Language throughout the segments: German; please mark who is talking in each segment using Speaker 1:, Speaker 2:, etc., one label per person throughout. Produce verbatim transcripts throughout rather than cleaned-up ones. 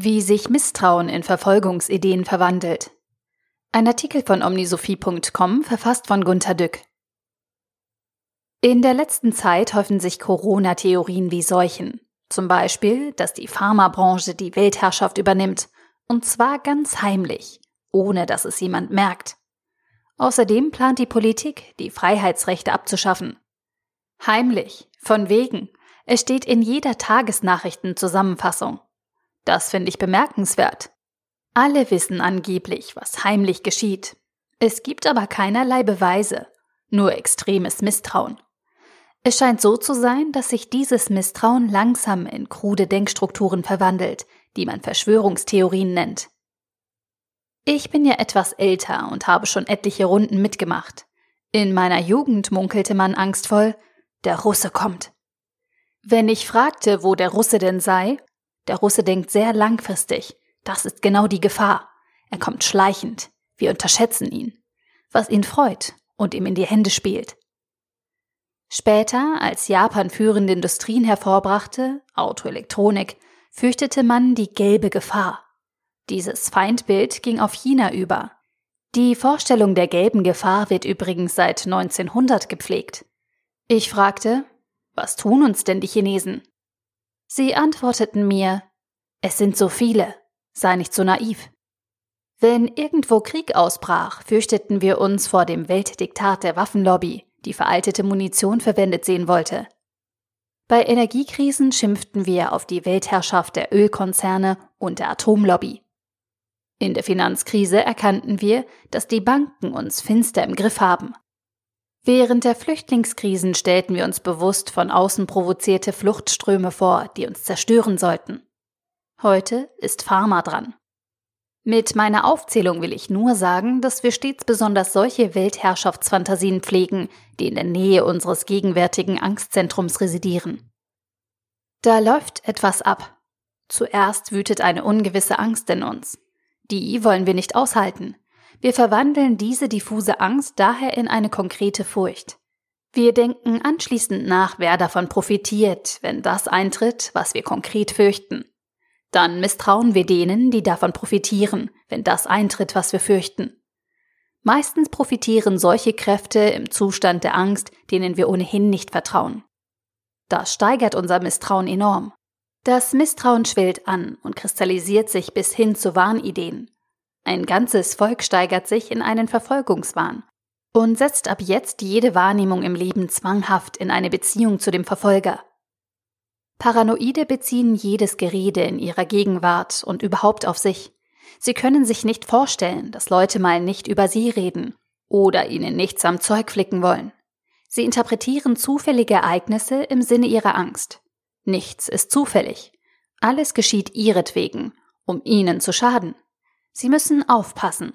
Speaker 1: Wie sich Misstrauen in Verfolgungsideen verwandelt. Ein Artikel von omnisophie punkt com, verfasst von Gunter Dück. In der letzten Zeit häufen sich Corona-Theorien wie Seuchen. Zum Beispiel, dass die Pharmabranche die Weltherrschaft übernimmt. Und zwar ganz heimlich, ohne dass es jemand merkt. Außerdem plant die Politik, die Freiheitsrechte abzuschaffen. Heimlich, von wegen. Es steht in jeder Tagesnachrichtenzusammenfassung. Das finde ich bemerkenswert. Alle wissen angeblich, was heimlich geschieht. Es gibt aber keinerlei Beweise, nur extremes Misstrauen. Es scheint so zu sein, dass sich dieses Misstrauen langsam in krude Denkstrukturen verwandelt, die man Verschwörungstheorien nennt. Ich bin ja etwas älter und habe schon etliche Runden mitgemacht. In meiner Jugend munkelte man angstvoll, der Russe kommt. Wenn ich fragte, wo der Russe denn sei, der Russe denkt sehr langfristig, das ist genau die Gefahr. Er kommt schleichend, wir unterschätzen ihn, was ihn freut und ihm in die Hände spielt. Später, als Japan führende Industrien hervorbrachte, Autoelektronik, fürchtete man die gelbe Gefahr. Dieses Feindbild ging auf China über. Die Vorstellung der gelben Gefahr wird übrigens seit neunzehnhundert gepflegt. Ich fragte, was tun uns denn die Chinesen? Sie antworteten mir, es sind so viele, sei nicht so naiv. Wenn irgendwo Krieg ausbrach, fürchteten wir uns vor dem Weltdiktat der Waffenlobby, die veraltete Munition verwendet sehen wollte. Bei Energiekrisen schimpften wir auf die Weltherrschaft der Ölkonzerne und der Atomlobby. In der Finanzkrise erkannten wir, dass die Banken uns finster im Griff haben. Während der Flüchtlingskrisen stellten wir uns bewusst von außen provozierte Fluchtströme vor, die uns zerstören sollten. Heute ist Pharma dran. Mit meiner Aufzählung will ich nur sagen, dass wir stets besonders solche Weltherrschaftsfantasien pflegen, die in der Nähe unseres gegenwärtigen Angstzentrums residieren. Da läuft etwas ab. Zuerst wütet eine ungewisse Angst in uns. Die wollen wir nicht aushalten. Wir verwandeln diese diffuse Angst daher in eine konkrete Furcht. Wir denken anschließend nach, wer davon profitiert, wenn das eintritt, was wir konkret fürchten. Dann misstrauen wir denen, die davon profitieren, wenn das eintritt, was wir fürchten. Meistens profitieren solche Kräfte im Zustand der Angst, denen wir ohnehin nicht vertrauen. Das steigert unser Misstrauen enorm. Das Misstrauen schwillt an und kristallisiert sich bis hin zu Wahnideen. Ein ganzes Volk steigert sich in einen Verfolgungswahn und setzt ab jetzt jede Wahrnehmung im Leben zwanghaft in eine Beziehung zu dem Verfolger. Paranoide beziehen jedes Gerede in ihrer Gegenwart und überhaupt auf sich. Sie können sich nicht vorstellen, dass Leute mal nicht über sie reden oder ihnen nichts am Zeug flicken wollen. Sie interpretieren zufällige Ereignisse im Sinne ihrer Angst. Nichts ist zufällig. Alles geschieht ihretwegen, um ihnen zu schaden. Sie müssen aufpassen.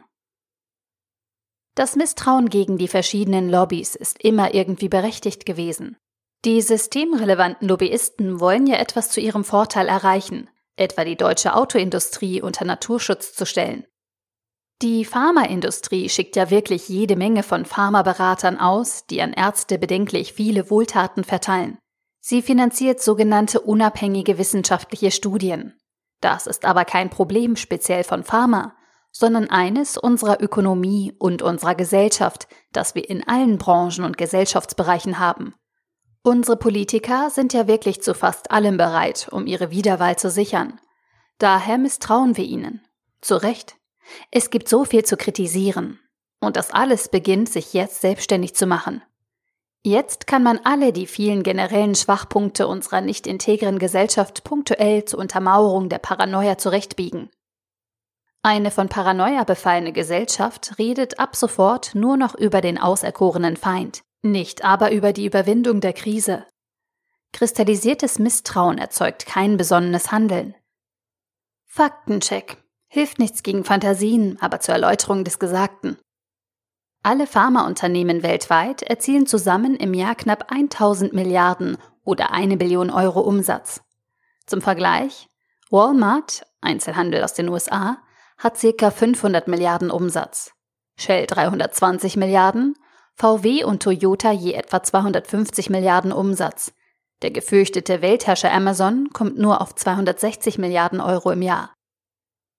Speaker 1: Das Misstrauen gegen die verschiedenen Lobbys ist immer irgendwie berechtigt gewesen. Die systemrelevanten Lobbyisten wollen ja etwas zu ihrem Vorteil erreichen, etwa die deutsche Autoindustrie unter Naturschutz zu stellen. Die Pharmaindustrie schickt ja wirklich jede Menge von Pharmaberatern aus, die an Ärzte bedenklich viele Wohltaten verteilen. Sie finanziert sogenannte unabhängige wissenschaftliche Studien. Das ist aber kein Problem speziell von Pharma, sondern eines unserer Ökonomie und unserer Gesellschaft, das wir in allen Branchen und Gesellschaftsbereichen haben. Unsere Politiker sind ja wirklich zu fast allem bereit, um ihre Wiederwahl zu sichern. Daher misstrauen wir ihnen. Zu Recht. Es gibt so viel zu kritisieren. Und das alles beginnt, sich jetzt selbstständig zu machen. Jetzt kann man alle die vielen generellen Schwachpunkte unserer nicht integren Gesellschaft punktuell zur Untermauerung der Paranoia zurechtbiegen. Eine von Paranoia befallene Gesellschaft redet ab sofort nur noch über den auserkorenen Feind, nicht aber über die Überwindung der Krise. Kristallisiertes Misstrauen erzeugt kein besonnenes Handeln. Faktencheck. Hilft nichts gegen Fantasien, aber zur Erläuterung des Gesagten. Alle Pharmaunternehmen weltweit erzielen zusammen im Jahr knapp tausend Milliarden oder eine Billion Euro Umsatz. Zum Vergleich, Walmart, Einzelhandel aus den U S A, hat ca. fünfhundert Milliarden Umsatz, Shell dreihundertzwanzig Milliarden, V W und Toyota je etwa zweihundertfünfzig Milliarden Umsatz. Der gefürchtete Weltherrscher Amazon kommt nur auf zweihundertsechzig Milliarden Euro im Jahr.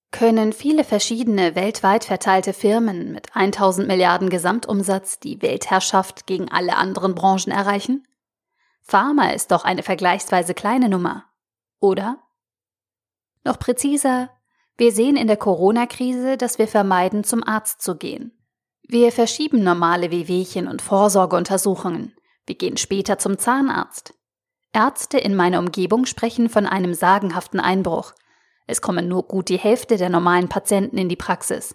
Speaker 1: Können viele verschiedene weltweit verteilte Firmen mit tausend Milliarden Gesamtumsatz die Weltherrschaft gegen alle anderen Branchen erreichen? Pharma ist doch eine vergleichsweise kleine Nummer, oder? Noch präziser, wir sehen in der Corona-Krise, dass wir vermeiden, zum Arzt zu gehen. Wir verschieben normale Wehwehchen und Vorsorgeuntersuchungen. Wir gehen später zum Zahnarzt. Ärzte in meiner Umgebung sprechen von einem sagenhaften Einbruch. Es kommen nur gut die Hälfte der normalen Patienten in die Praxis.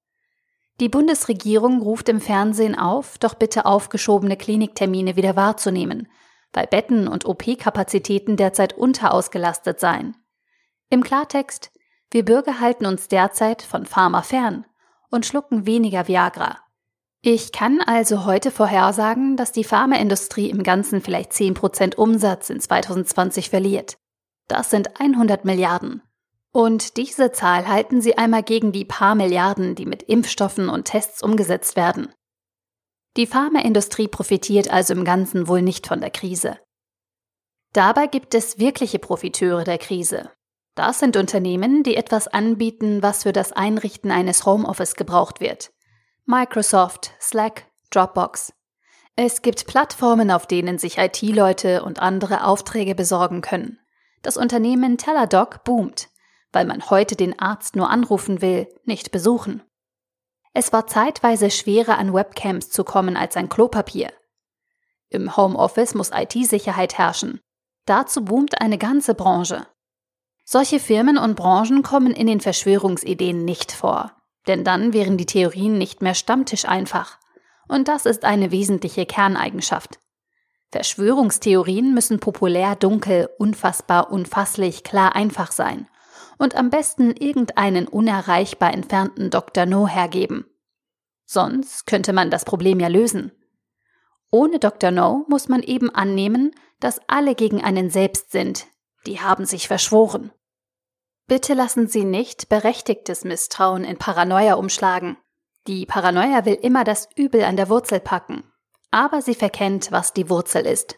Speaker 1: Die Bundesregierung ruft im Fernsehen auf, doch bitte aufgeschobene Kliniktermine wieder wahrzunehmen, weil Betten und O P-Kapazitäten derzeit unterausgelastet seien. Im Klartext, wir Bürger halten uns derzeit von Pharma fern und schlucken weniger Viagra. Ich kann also heute vorhersagen, dass die Pharmaindustrie im Ganzen vielleicht zehn Prozent Umsatz in zwanzig zwanzig verliert. Das sind hundert Milliarden. Und diese Zahl halten Sie einmal gegen die paar Milliarden, die mit Impfstoffen und Tests umgesetzt werden. Die Pharmaindustrie profitiert also im Ganzen wohl nicht von der Krise. Dabei gibt es wirkliche Profiteure der Krise. Das sind Unternehmen, die etwas anbieten, was für das Einrichten eines Homeoffice gebraucht wird. Microsoft, Slack, Dropbox. Es gibt Plattformen, auf denen sich I T-Leute und andere Aufträge besorgen können. Das Unternehmen Teladoc boomt, weil man heute den Arzt nur anrufen will, nicht besuchen. Es war zeitweise schwerer, an Webcams zu kommen als an Klopapier. Im Homeoffice muss I T-Sicherheit herrschen. Dazu boomt eine ganze Branche. Solche Firmen und Branchen kommen in den Verschwörungsideen nicht vor, denn dann wären die Theorien nicht mehr Stammtisch einfach. Und das ist eine wesentliche Kerneigenschaft. Verschwörungstheorien müssen populär, dunkel, unfassbar, unfasslich, klar, einfach sein und am besten irgendeinen unerreichbar entfernten Doktor No hergeben. Sonst könnte man das Problem ja lösen. Ohne Doktor No muss man eben annehmen, dass alle gegen einen selbst sind. Die haben sich verschworen. Bitte lassen Sie nicht berechtigtes Misstrauen in Paranoia umschlagen. Die Paranoia will immer das Übel an der Wurzel packen, aber sie verkennt, was die Wurzel ist.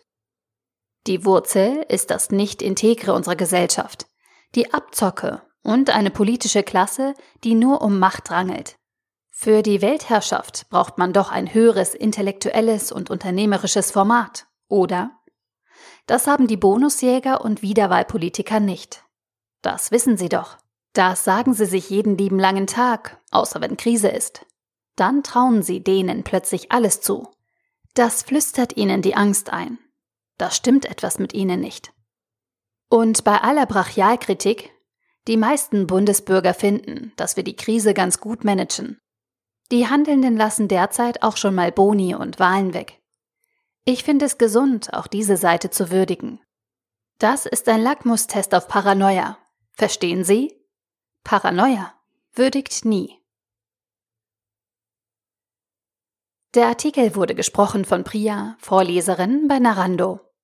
Speaker 1: Die Wurzel ist das Nicht-Integre unserer Gesellschaft, die Abzocke und eine politische Klasse, die nur um Macht rangelt. Für die Weltherrschaft braucht man doch ein höheres intellektuelles und unternehmerisches Format, oder? Das haben die Bonusjäger und Wiederwahlpolitiker nicht. Das wissen sie doch. Das sagen sie sich jeden lieben langen Tag, außer wenn Krise ist. Dann trauen sie denen plötzlich alles zu. Das flüstert ihnen die Angst ein. Da stimmt etwas mit ihnen nicht. Und bei aller Brachialkritik, die meisten Bundesbürger finden, dass wir die Krise ganz gut managen. Die Handelnden lassen derzeit auch schon mal Boni und Wahlen weg. Ich finde es gesund, auch diese Seite zu würdigen. Das ist ein Lackmustest auf Paranoia. Verstehen Sie? Paranoia würdigt nie. Der Artikel wurde gesprochen von Priya, Vorleserin bei Narando.